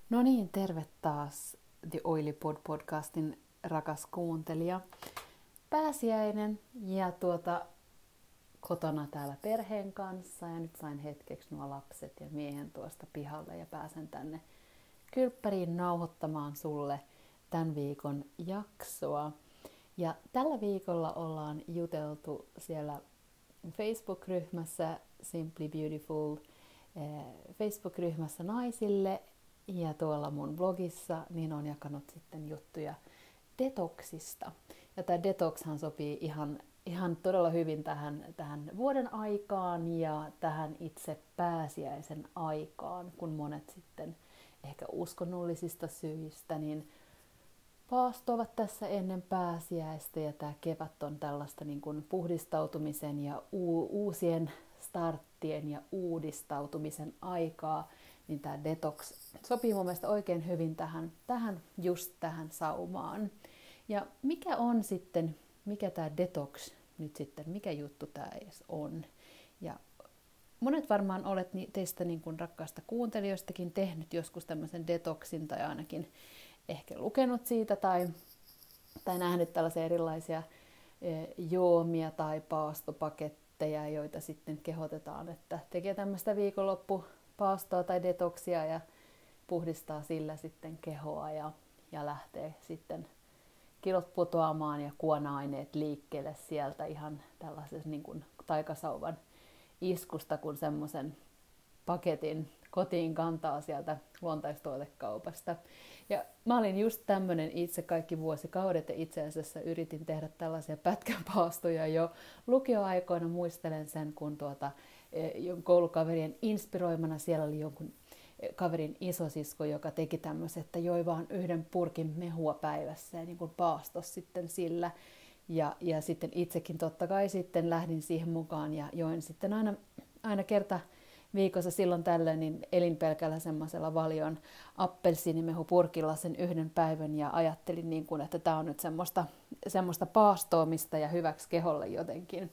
No niin, terve taas The Oily Pod podcastin rakas kuuntelija. Pääsiäinen ja kotona täällä perheen kanssa ja nyt sain hetkeksi nuo lapset ja miehen tuosta pihalle ja pääsen tänne kylppäriin nauhoittamaan sulle tämän viikon jaksoa. Ja tällä viikolla ollaan juteltu siellä Facebook-ryhmässä Simply Beautiful Facebook-ryhmässä naisille ja tuolla mun blogissa niin on jakanut sitten juttuja detoksista. Ja tämä detoxhan sopii ihan todella hyvin tähän vuoden aikaan ja tähän itse pääsiäisen aikaan, kun monet sitten ehkä uskonnollisista syistä niin paastoavat tässä ennen pääsiäistä ja tämä kevät on tällaista niin kuin puhdistautumisen ja uusien starttien ja uudistautumisen aikaa, niin tämä detox sopii mun mielestä oikein hyvin just tähän saumaan. Ja mikä tämä detox nyt sitten, mikä juttu tämä edes on? Ja monet varmaan olet teistä niin kuin rakkaista kuuntelijoistakin tehnyt joskus tämmöisen detoxin tai ainakin ehkä lukenut siitä tai nähnyt tällaisia erilaisia joomia tai paastopaketteja, joita sitten kehotetaan, että tekee tämmöistä viikonloppupaastoa tai detoksia ja puhdistaa sillä sitten kehoa ja lähtee sitten kilot putoamaan ja kuona-aineet liikkeelle sieltä ihan tällaisessa niin kuin taikasauvan iskusta, kun semmoisen paketin kotiin kantaa sieltä luontaistuotekaupasta. Ja mä olin just tämmönen itse kaikki vuosikaudet ja itse asiassa yritin tehdä tällaisia pätkänpaastoja jo lukioaikoina. Muistelen sen, kun koulukaverien inspiroimana siellä oli jonkun kaverin isosisko, joka teki tämmöisen, että joi vaan yhden purkin mehua päivässä ja niin kuin paastos sitten sillä. Ja sitten itsekin totta kai sitten lähdin siihen mukaan ja join sitten aina kerta viikossa silloin tällöin niin elin pelkällä semmoisella valion appelsiinimehupurkilla sen yhden päivän ja ajattelin niin kuin, että tämä on nyt semmoista paastoamista ja hyväksi keholle jotenkin.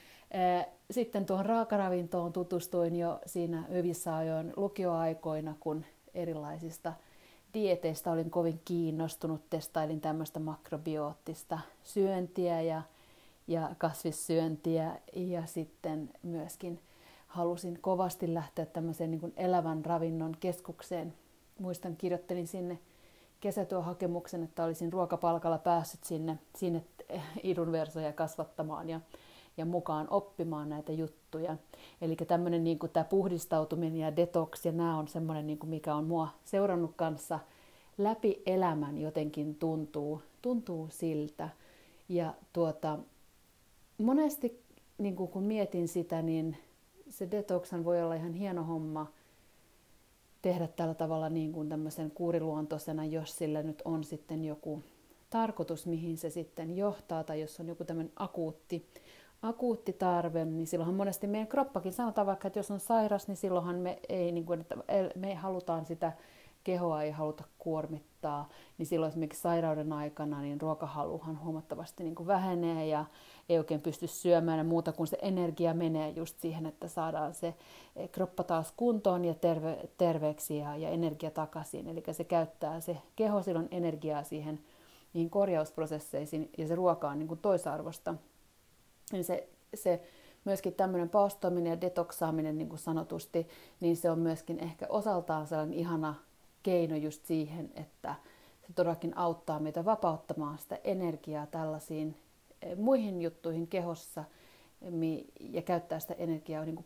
Sitten tuohon raakaravintoon tutustuin jo siinä hyvissä ajoin lukioaikoina, kun erilaisista dieeteistä olin kovin kiinnostunut. Testailin tämmöistä makrobioottista syöntiä ja kasvissyöntiä ja sitten myöskin halusin kovasti lähteä tämmöiseen niin kuin elävän ravinnon keskukseen. Muistan, kirjoittelin sinne kesätyöhakemuksen, että olisin ruokapalkalla päässyt sinne idunversoja kasvattamaan ja mukaan oppimaan näitä juttuja. Eli tämmöinen niin kuin tämä puhdistautuminen ja detox ja nämä on semmoinen, niin kuin mikä on mua seurannut kanssa läpi elämän jotenkin tuntuu siltä. Ja monesti niin kuin kun mietin sitä, niin se detoxhan voi olla ihan hieno homma tehdä tällä tavalla niin kuin tämmöisen kuuriluontoisena, jos sillä nyt on sitten joku tarkoitus, mihin se sitten johtaa, tai jos on joku tämmöinen akuutti tarve, niin silloinhan monesti meidän kroppakin, sanotaan vaikka, että jos on sairas, niin silloinhan me halutaan sitä kehoa ei haluta kuormittaa, niin silloin esimerkiksi sairauden aikana niin ruokahaluhan huomattavasti niin kuin vähenee ja ei oikein pysty syömään ja muuta, kun se energia menee just siihen, että saadaan se kroppa taas kuntoon ja terveeksi ja energia takaisin. Eli se käyttää se keho silloin energiaa siihen niihin korjausprosesseisiin ja se ruoka on niin kuin toisarvosta. Niin se myöskin tämmöinen paastoaminen ja detoksaaminen, niin kuin sanotusti, niin se on myöskin ehkä osaltaan sellainen ihana keino just siihen, että se todellakin auttaa meitä vapauttamaan sitä energiaa tällaisiin muihin juttuihin kehossa ja käyttää sitä energiaa niin kuin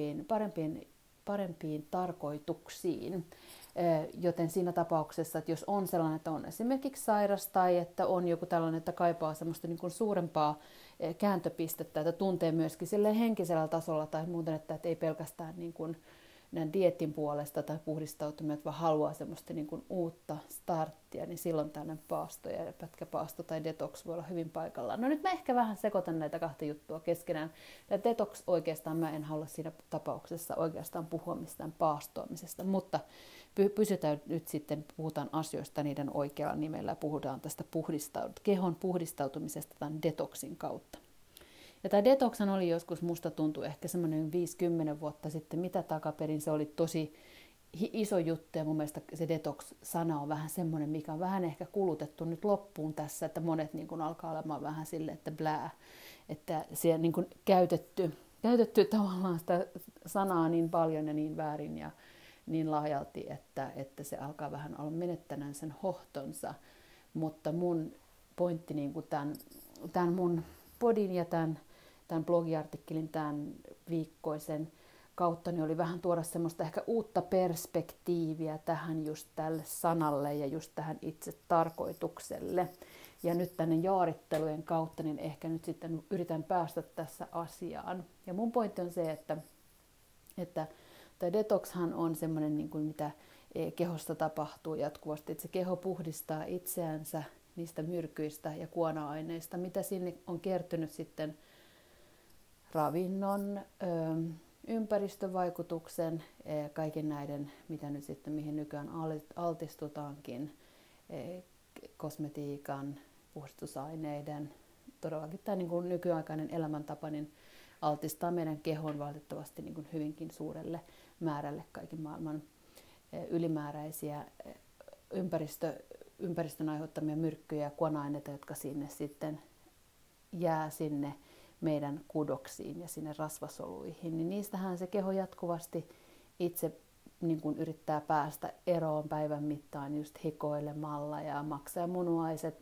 parempiin tarkoituksiin. Joten siinä tapauksessa, että jos on sellainen, että on esimerkiksi sairas tai että on joku tällainen, että kaipaa semmoista niin kuin suurempaa kääntöpistettä, että tuntee myöskin silleen henkisellä tasolla tai muuten, että ei pelkästään niin kuin näin dieetin puolesta tai puhdistautumista, vaan haluaa semmoista niin kuin uutta starttia, niin silloin tämmöinen paasto ja pätkäpaasto tai detox voi olla hyvin paikallaan. No nyt mä ehkä vähän sekoitan näitä kahta juttua keskenään. Ja detox oikeastaan mä en halua siinä tapauksessa oikeastaan puhua mistään paastoamisesta, mutta pysytään nyt sitten, puhutaan asioista niiden oikealla nimellä ja puhutaan tästä kehon puhdistautumisesta tämän detoxin kautta. Ja tämä detoxhan oli joskus, musta tuntui ehkä semmoinen 50 vuotta sitten, mitä takaperin se oli tosi iso juttu, ja mun mielestä se detox-sana on vähän semmoinen, mikä on vähän ehkä kulutettu nyt loppuun tässä, että monet niin kuin alkaa olemaan vähän silleen, että blää, että siellä niin kuin käytetty tavallaan sitä sanaa niin paljon ja niin väärin ja niin laajalti, että se alkaa vähän olla menettäneen sen hohtonsa, mutta mun pointti niin kuin tämän mun podin ja tämän blogiartikkelin, tämän viikkoisen kautta, niin oli vähän tuoda semmoista ehkä uutta perspektiiviä tähän just tälle sanalle ja just tähän itse tarkoitukselle. Ja nyt tänne jaarittelujen kautta, niin ehkä nyt sitten yritän päästä tässä asiaan. Ja mun pointti on se, että tämä detoxhan on semmoinen, niin kuin mitä kehossa tapahtuu jatkuvasti, että se keho puhdistaa itseänsä niistä myrkyistä ja kuona-aineista, mitä sinne on kertynyt sitten ravinnon, ympäristövaikutuksen, kaiken näiden, mitä nyt sitten, mihin nykyään altistutaankin, kosmetiikan, puhdistusaineiden, todellakin tämä niin kuin nykyaikainen elämäntapa niin altistaa meidän kehon valitettavasti niin kuin hyvinkin suurelle määrälle kaiken maailman ylimääräisiä ympäristön aiheuttamia myrkkyjä ja kuona-aineita, jotka sinne sitten jää sinne meidän kudoksiin ja sinne rasvasoluihin, niin niistähän se keho jatkuvasti itse niin kuin yrittää päästä eroon päivän mittaan just hikoilemalla ja maksajamunuaiset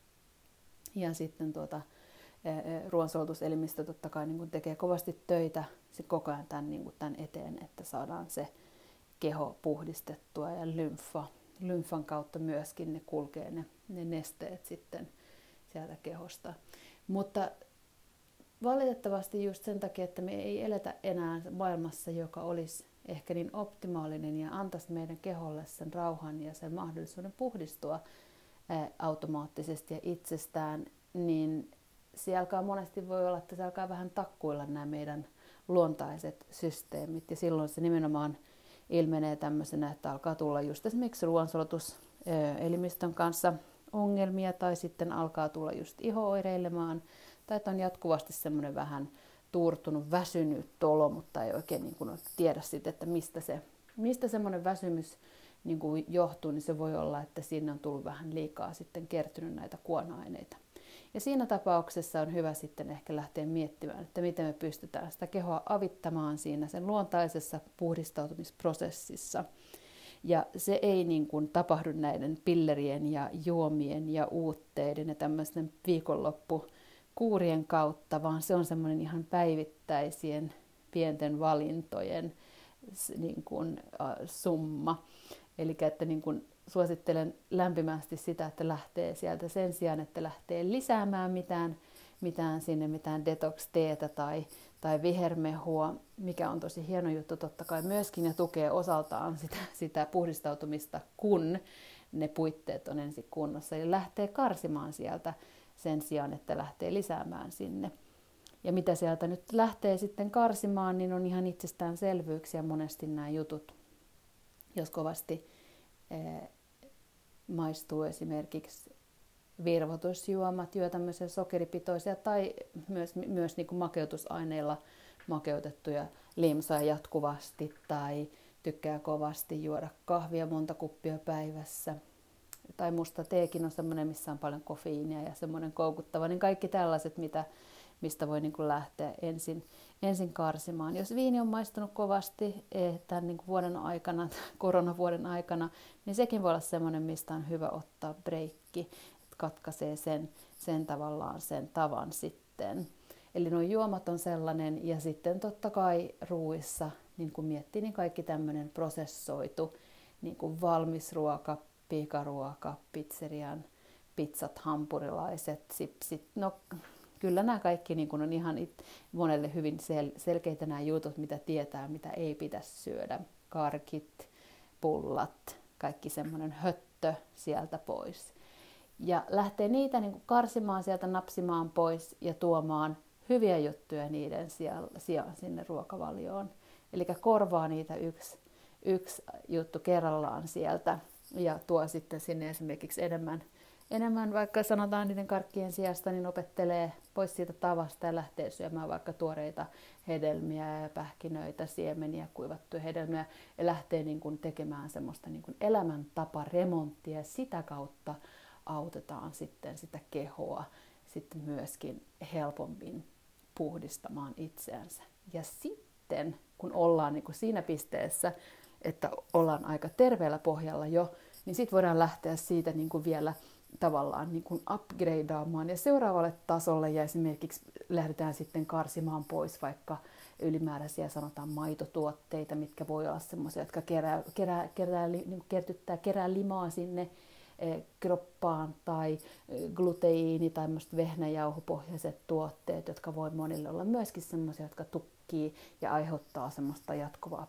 ja sitten ruoansulutuselimistö totta kai niin kuin tekee kovasti töitä koko ajan tämän eteen, että saadaan se keho puhdistettua ja lymfan kautta myöskin ne kulkee ne nesteet sitten sieltä kehosta. Mutta valitettavasti just sen takia, että me ei eletä enää maailmassa, joka olisi ehkä niin optimaalinen ja antaisi meidän keholle sen rauhan ja sen mahdollisuuden puhdistua automaattisesti ja itsestään, niin se alkaa monesti voi olla, että se alkaa vähän takkuilla nämä meidän luontaiset systeemit ja silloin se nimenomaan ilmenee tämmöisenä, että alkaa tulla just esimerkiksi ruoansulatuselimistön kanssa ongelmia tai sitten alkaa tulla just iho oireilemaan tai että on jatkuvasti semmoinen vähän tuurtunut, väsynyt olo, mutta ei oikein niin kuin tiedä sitten, että mistä semmoinen väsymys niin kuin johtuu, niin se voi olla, että siinä on tullut vähän liikaa sitten kertynyt näitä kuona-aineita. Ja siinä tapauksessa on hyvä sitten ehkä lähteä miettimään, että miten me pystytään sitä kehoa avittamaan siinä sen luontaisessa puhdistautumisprosessissa. Ja se ei niin kuin tapahdu näiden pillerien ja juomien ja uutteiden ja tämmöisten viikonloppukuurien kautta, vaan se on semmoinen ihan päivittäisien pienten valintojen niin kuin, summa. Eli että niin kuin suosittelen lämpimästi sitä, että lähtee sieltä sen sijaan, että lähtee lisäämään mitään detox-teetä tai vihermehua, mikä on tosi hieno juttu totta kai myöskin ja tukee osaltaan sitä puhdistautumista, kun ne puitteet on ensin kunnossa. Ja lähtee karsimaan sieltä sen sijaan, että lähtee lisäämään sinne. Ja mitä sieltä nyt lähtee sitten karsimaan, niin on ihan itsestäänselvyyksiä monesti nämä jutut. Jos kovasti maistuu esimerkiksi virvoitusjuomat, juo tämmöisiä sokeripitoisia tai myös niin kuin makeutusaineilla makeutettuja limsoja jatkuvasti tai tykkää kovasti juoda kahvia monta kuppia päivässä. Tai musta teekin on semmoinen, missä on paljon kofeiinia ja semmoinen koukuttava, niin kaikki tällaiset, mistä voi niin kuin lähteä ensin karsimaan. Jos viini on maistunut kovasti tämän niin kuin vuoden aikana, koronavuoden aikana, niin sekin voi olla semmoinen, mistä on hyvä ottaa breikki, että katkaisee sen tavallaan sen tavan sitten. Eli nuo juomat on sellainen, ja sitten totta kai ruuissa, niin kuin miettii, niin kaikki tämmöinen prosessoitu, niin kuin valmis ruoka, pikaruoka, pizzerian pizzat, hampurilaiset, sipsit, no kyllä nämä kaikki niin kuin on ihan monelle hyvin selkeitä nämä jutut, mitä tietää, mitä ei pitäisi syödä. Karkit, pullat, kaikki semmoinen höttö sieltä pois. Ja lähtee niitä niin kuin karsimaan sieltä, napsimaan pois ja tuomaan hyviä juttuja niiden sijaan sinne ruokavalioon. Eli korvaa niitä yksi juttu kerrallaan sieltä ja tuo sitten sinne esimerkiksi enemmän vaikka sanotaan niiden karkkien sijasta, niin opettelee pois siitä tavasta ja lähtee syömään vaikka tuoreita hedelmiä ja pähkinöitä, siemeniä, kuivattuja hedelmiä ja lähtee niin kuin tekemään semmoista niin kuin elämäntaparemonttia ja sitä kautta autetaan sitten sitä kehoa sitten myöskin helpommin puhdistamaan itseänsä. Ja sitten kun ollaan niin kuin siinä pisteessä, että ollaan aika terveellä pohjalla jo, niin sitten voidaan lähteä siitä niin kuin vielä tavallaan niin kuin upgradeaamaan ja seuraavalle tasolle ja esimerkiksi lähdetään sitten karsimaan pois vaikka ylimääräisiä sanotaan maitotuotteita, mitkä voi olla semmoisia, jotka kerää limaa sinne kroppaan tai gluteiini tai vehnäjauhopohjaiset tuotteet, jotka voi monille olla myöskin semmoisia, jotka tukkii ja aiheuttaa semmoista jatkuvaa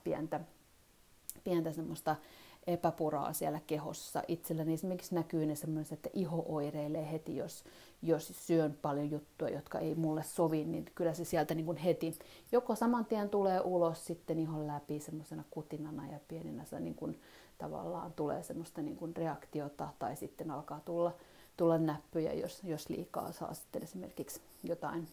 pientä semmoista epäpuraa siellä kehossa. Itselläni esimerkiksi näkyy ne semmoiset, että iho oireilee heti, jos syön paljon juttuja, jotka ei mulle sovi, niin kyllä se sieltä niin kuin heti joko saman tien tulee ulos sitten ihon läpi semmoisena kutinana ja pieninä se niin kuin tavallaan tulee semmoista niin kuin reaktiota tai sitten alkaa tulla näppyjä, jos liikaa saa sitten esimerkiksi jotain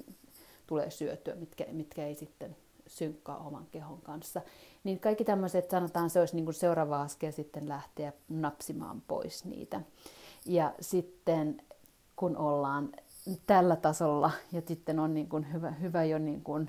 tulee syötyä, mitkä ei sitten synkkaa oman kehon kanssa. Niin kaikki tämmöiset, sanotaan, se olisi niin kuin seuraava askel sitten lähteä napsimaan pois niitä. Ja sitten kun ollaan tällä tasolla ja sitten on niin kuin hyvä jo niin kuin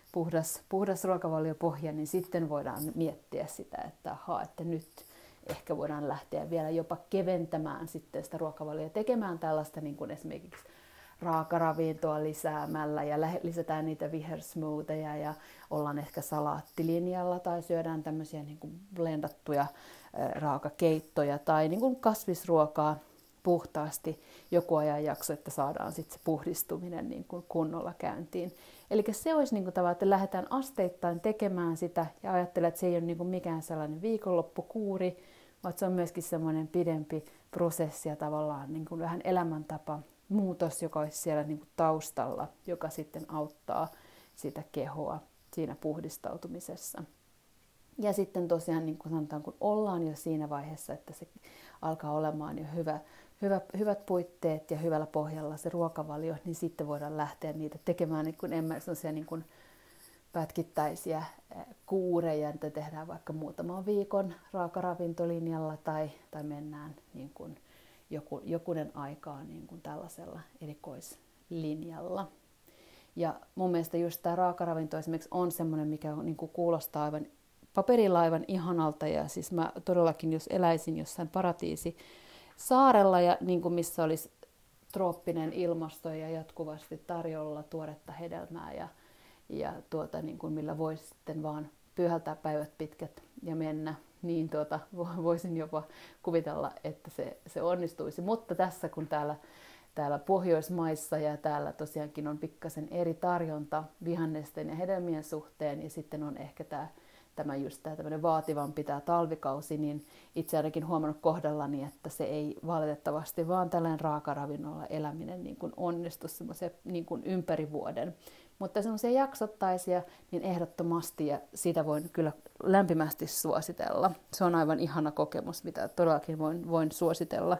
puhdas ruokavaliopohja, niin sitten voidaan miettiä sitä, että nyt ehkä voidaan lähteä vielä jopa keventämään sitten sitä ruokavaliota, tekemään tällaista niin kuin esimerkiksi raakaravintoa lisäämällä ja lisätään niitä vihersmoothieja ja ollaan ehkä salaattilinjalla tai syödään tämmöisiä niin kuin blendattuja raakakeittoja tai niin kuin kasvisruokaa puhtaasti joku ajanjakso, että saadaan sitten se puhdistuminen niin kuin kunnolla käyntiin. Eli se olisi niin kuin tavallaan, että lähdetään asteittain tekemään sitä ja ajattelen, että se ei ole niin kuin mikään sellainen viikonloppukuuri, vaan se on myöskin semmoinen pidempi prosessi ja tavallaan niin kuin vähän elämäntapa muutos, joka olisi siellä niin kuin taustalla, joka sitten auttaa sitä kehoa siinä puhdistautumisessa. Ja sitten tosiaan, niin kuin sanotaan, kun ollaan jo siinä vaiheessa, että se alkaa olemaan jo hyvät puitteet ja hyvällä pohjalla se ruokavalio, niin sitten voidaan lähteä niitä tekemään niin kuin pätkittäisiä kuureja, että tehdään vaikka muutaman viikon raakaravintolinjalla tai mennään niin kuin jokunen aikaa niin kuin tällaisella erikoislinjalla. Ja mun mielestä just tämä raakaravinto esimerkiksi on semmoinen, mikä niin kuin kuulostaa aivan paperilla aivan ihanalta. Ja siis mä todellakin, jos eläisin jossain paratiisi saarella, ja niin kuin missä olisi trooppinen ilmasto ja jatkuvasti tarjolla tuoretta hedelmää ja niin kuin millä voisi sitten vaan pyhältää päivät pitkät ja mennä, niin voisin jopa kuvitella, että se onnistuisi. Mutta tässä kun täällä Pohjoismaissa ja täällä tosiaankin on pikkasen eri tarjonta vihannesten ja hedelmien suhteen ja sitten on ehkä tämä tämmöinen vaativampi tämä talvikausi, niin itse ainakin huomannut kohdallani, että se ei valitettavasti vaan tällainen raakaravinnolla eläminen niin kuin onnistu semmoisen niin kuin ympäri vuoden. Mutta semmoisia jaksottaisia, niin ehdottomasti, ja sitä voin kyllä lämpimästi suositella. Se on aivan ihana kokemus, mitä todellakin voin suositella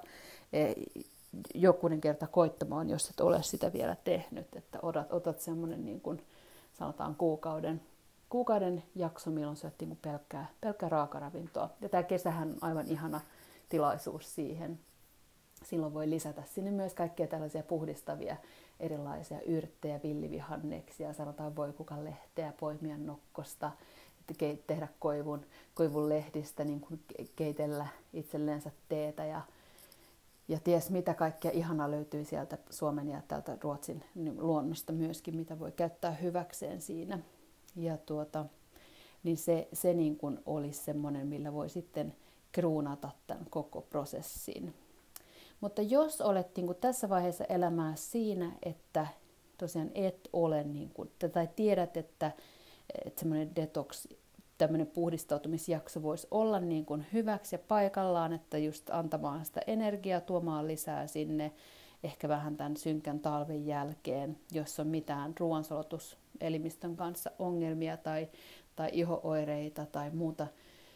jokunen kerta koittamaan, jos et ole sitä vielä tehnyt. Että otat semmoinen niin kuin sanotaan kuukauden jakso, milloin syöt niin kuin pelkkää raakaravintoa. Ja tämä kesähän on aivan ihana tilaisuus siihen. Silloin voi lisätä sinne myös kaikkia tällaisia puhdistavia erilaisia yrttejä, villivihanneksia, sanotaan voikukanlehteä, poimian nokkosta, tehdä koivun lehdistä, niin kuin keitellä itselleensä teetä ja ties mitä kaikkea ihanaa löytyy sieltä Suomen ja täältä Ruotsin luonnosta myöskin, mitä voi käyttää hyväkseen siinä. Ja niin se niin kuin olisi semmoinen, millä voi sitten kruunata tämän koko prosessin. Mutta jos olet niin kuin tässä vaiheessa elämää siinä, että tosiaan et ole, niin kuin, tai tiedät, että semmoinen detox, tämmöinen puhdistautumisjakso voisi olla niin kuin hyväksi ja paikallaan, että just antamaan sitä energiaa, tuomaan lisää sinne, ehkä vähän tämän synkän talven jälkeen, jos on mitään ruoansulatus elimistön kanssa ongelmia tai ihooireita tai muuta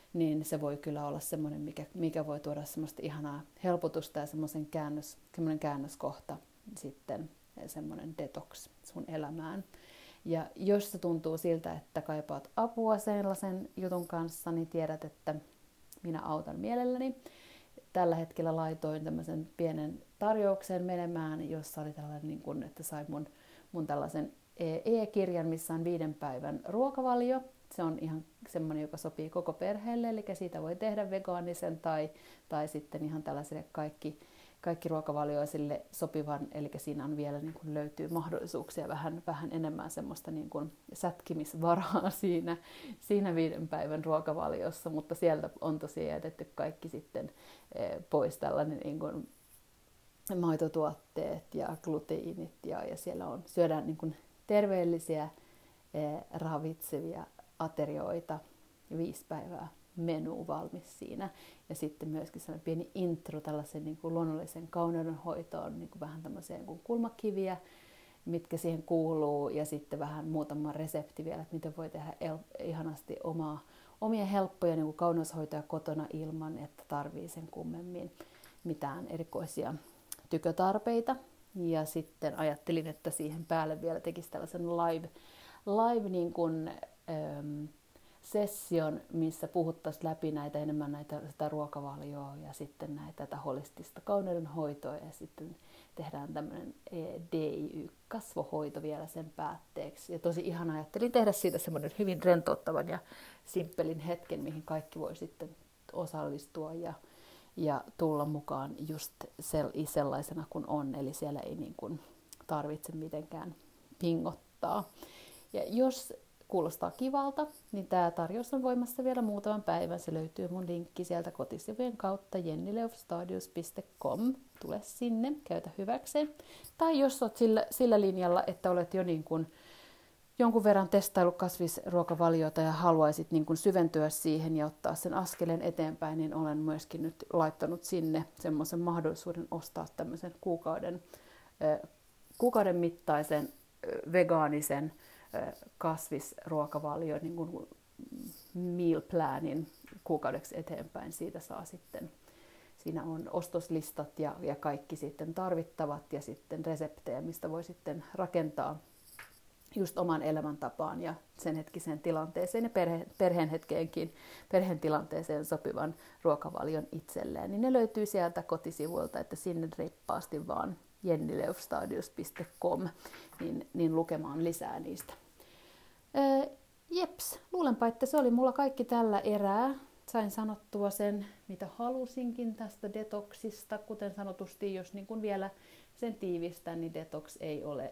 niin se voi kyllä olla semmoinen, mikä voi tuoda semmoista ihanaa helpotusta ja semmoinen käännöskohta sitten, semmoinen detox sun elämään. Ja jos se tuntuu siltä, että kaipaat apua sellaisen jutun kanssa, niin tiedät, että minä autan mielelläni. Tällä hetkellä laitoin tämmöisen pienen tarjouksen menemään, jossa oli tällainen, niin kuin, että sai mun tällaisen e-kirjan, missä on 5 päivän ruokavalio. Se on ihan semmoinen, joka sopii koko perheelle, eli siitä voi tehdä vegaanisen tai sitten ihan tällaisille kaikki ruokavalioisille sopivan, eli siinä on vielä niin kuin löytyy mahdollisuuksia vähän enemmän semmoista niin kuin sätkimisvaraa siinä 5 päivän ruokavaliossa, mutta sieltä on tosiaan jätetty kaikki sitten pois tällainen niin kuin maitotuotteet ja gluteiinit ja siellä syödään niin kuin terveellisiä, ravitsevia aterioita, 5 päivää menu valmis siinä. Ja sitten myöskin sellainen pieni intro tällaisen niin kuin luonnollisen kauneudenhoitoon, niin kuin vähän tämmöisiä niin kuin kulmakiviä, mitkä siihen kuuluu, ja sitten vähän muutama resepti vielä, että miten voi tehdä ihanasti omia helppoja niin kuin kauneushoitoja kotona ilman, että tarvii sen kummemmin mitään erikoisia tykötarpeita. Ja sitten ajattelin, että siihen päälle vielä tekisi tällaisen live niin kuin, session, missä puhuttaisiin läpi enemmän sitä ruokavalioa ja sitten tätä holistista kauneudenhoitoa ja sitten tehdään tämmöinen DIY-kasvohoito vielä sen päätteeksi. Ja tosi ihana, ajattelin tehdä siitä semmoinen hyvin rentouttavan ja simppelin hetken, mihin kaikki voi sitten osallistua ja tulla mukaan just sellaisena kuin on, eli siellä ei niin kuin tarvitse mitenkään pingottaa. Ja jos kuulostaa kivalta, niin tämä tarjous on voimassa vielä muutaman päivän. Se löytyy mun linkki sieltä kotisivujen kautta jennileofstadius.com. Tule sinne, käytä hyväkseen. Tai jos olet sillä linjalla, että olet jo niin kuin jonkun verran testaillut kasvisruokavaliota ja haluaisit niin kuin syventyä siihen ja ottaa sen askeleen eteenpäin, niin olen myöskin nyt laittanut sinne semmoisen mahdollisuuden ostaa tämmöisen kuukauden mittaisen vegaanisen kasvisruokavalio niin kuin meal planin kuukaudeksi eteenpäin. Siitä saa sitten, siinä on ostoslistat ja kaikki sitten tarvittavat ja sitten reseptejä, mistä voi sitten rakentaa just oman elämäntapaan ja sen hetkiseen tilanteeseen ja perheen tilanteeseen sopivan ruokavalion itselleen. Niin ne löytyy sieltä kotisivuilta, että sinne reippaasti vaan jennileofstadius.com niin lukemaan lisää niistä. Jeps, luulenpa, että se oli mulla kaikki tällä erää. Sain sanottua sen, mitä halusinkin tästä detoksista. Kuten sanotusti, jos niin kun vielä sen tiivistän, niin detox ei ole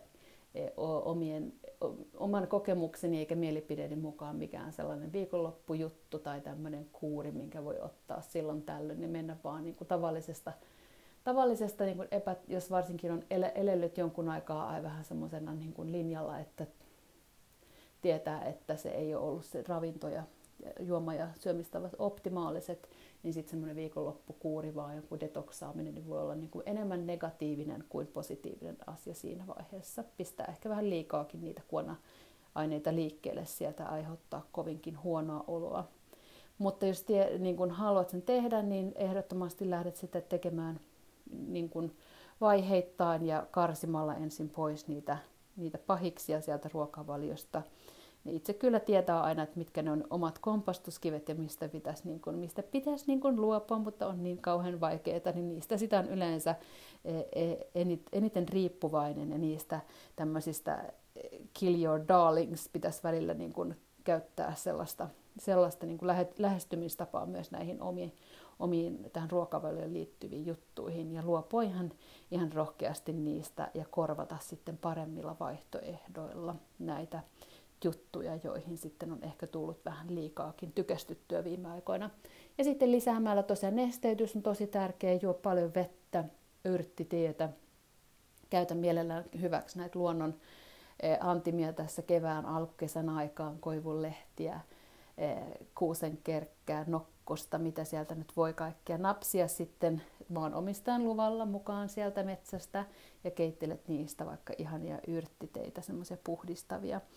oman kokemukseni eikä mielipideeni mukaan mikään sellainen viikonloppujuttu tai tämmöinen kuuri, minkä voi ottaa silloin tällöin ja mennä vaan niin kuin tavallisesta niin kuin jos varsinkin on elellyt jonkun aikaa vähän semmoisena niin kuin linjalla, että tietää, että se ei ole ollut se ravinto ja juoma- ja syömistavat optimaaliset, niin sitten semmoinen viikonloppukuuri vaan joku detoksaaminen niin voi olla niin kuin enemmän negatiivinen kuin positiivinen asia siinä vaiheessa. Pistää ehkä vähän liikaakin niitä kuona-aineita liikkeelle sieltä aiheuttaa kovinkin huonoa oloa. Mutta jos niin kun haluat sen tehdä, niin ehdottomasti lähdet sitä tekemään niin kun vaiheittain ja karsimalla ensin pois niitä pahiksia sieltä ruokavaliosta. Itse kyllä tietää aina, että mitkä ne on omat kompastuskivet ja mistä pitäisi luopua, mutta on niin kauhean vaikeaa, niin niistä sitä on yleensä eniten riippuvainen ja niistä tämmöisistä kill your darlings pitäisi välillä niin kuin käyttää sellaista niin kuin lähestymistapaa myös näihin omiin tähän ruokavalioon liittyviin juttuihin ja luopua ihan rohkeasti niistä ja korvata sitten paremmilla vaihtoehdoilla näitä juttuja, joihin sitten on ehkä tullut vähän liikaakin tykästyttyä viime aikoina. Ja sitten lisäämällä tosiaan nesteytys on tosi tärkeä, juo paljon vettä, yrttitietä, käytä mielellään hyväksi näitä luonnon antimia tässä kevään alkukesän aikaan, koivunlehtiä, kuusenkerkkää, nokkosta, mitä sieltä nyt voi kaikkea napsia sitten maanomistajan luvalla mukaan sieltä metsästä ja keittelet niistä vaikka ihania yrttiteitä, semmoisia puhdistavia.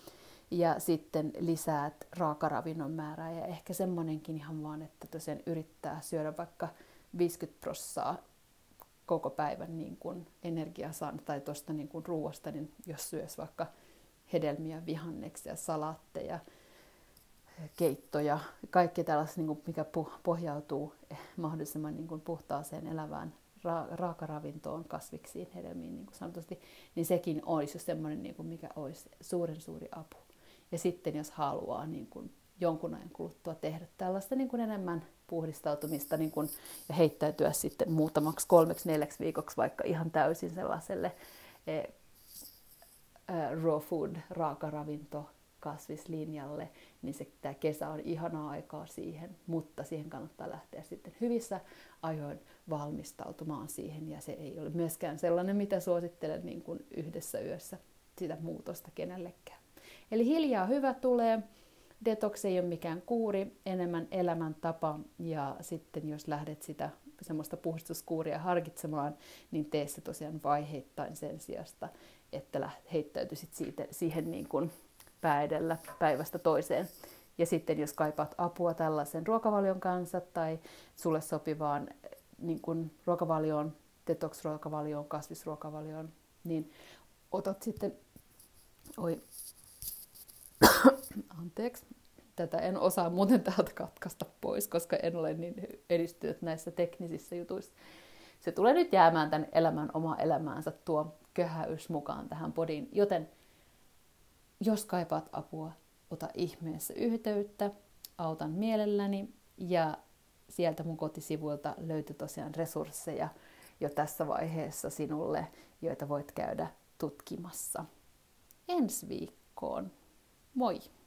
Ja sitten lisäät raakaravinnon määrää ja ehkä semmonenkin ihan vaan, että tosiaan yrittää syödä vaikka 50% koko päivän niin kuin energiaa tai tuosta niin kuin ruuasta, niin jos syös vaikka hedelmiä, vihanneksia, salaatteja, keittoja, kaikki tällaista, niin kuin mikä pohjautuu mahdollisimman niin kuin puhtaaseen elävään raakaravintoon, kasviksiin, hedelmiin niin kuin sanotusti, niin sekin olisi jo semmoinen, niin kuin mikä olisi suuren suuri apu. Ja sitten jos haluaa niin kuin jonkun ajan kuluttua tehdä tällaista niin kuin enemmän puhdistautumista niin kuin, ja heittäytyä sitten muutamaksi 3-4 viikoksi vaikka ihan täysin sellaiselle raw food, raakaravinto, kasvislinjalle, niin tämä kesä on ihanaa aikaa siihen, mutta siihen kannattaa lähteä sitten hyvissä ajoin valmistautumaan siihen, ja se ei ole myöskään sellainen, mitä suosittelen niin kuin yhdessä yössä sitä muutosta kenellekään. Eli hiljaa hyvä tulee, detox ei ole mikään kuuri, enemmän elämäntapa, ja sitten jos lähdet sitä semmoista puhdistuskuuria harkitsemaan, niin tee se tosiaan vaiheittain sen sijasta, että heittäytyisit siihen niin kuin pää edellä päivästä toiseen. Ja sitten jos kaipaat apua tällaisen ruokavalion kanssa tai sulle sopivaan niin kuin ruokavalioon, detox-ruokavalioon, kasvisruokavalioon, niin otat sitten, anteeksi, tätä en osaa muuten täältä katkaista pois, koska en ole niin edistynyt näissä teknisissä jutuissa. Se tulee nyt jäämään tämän elämän omaa elämäänsä tuo köhäys mukaan tähän podiin, joten jos kaipaat apua, ota ihmeessä yhteyttä, autan mielelläni ja sieltä mun kotisivuilta löytyy tosiaan resursseja jo tässä vaiheessa sinulle, joita voit käydä tutkimassa. Ensi viikkoon. Moi!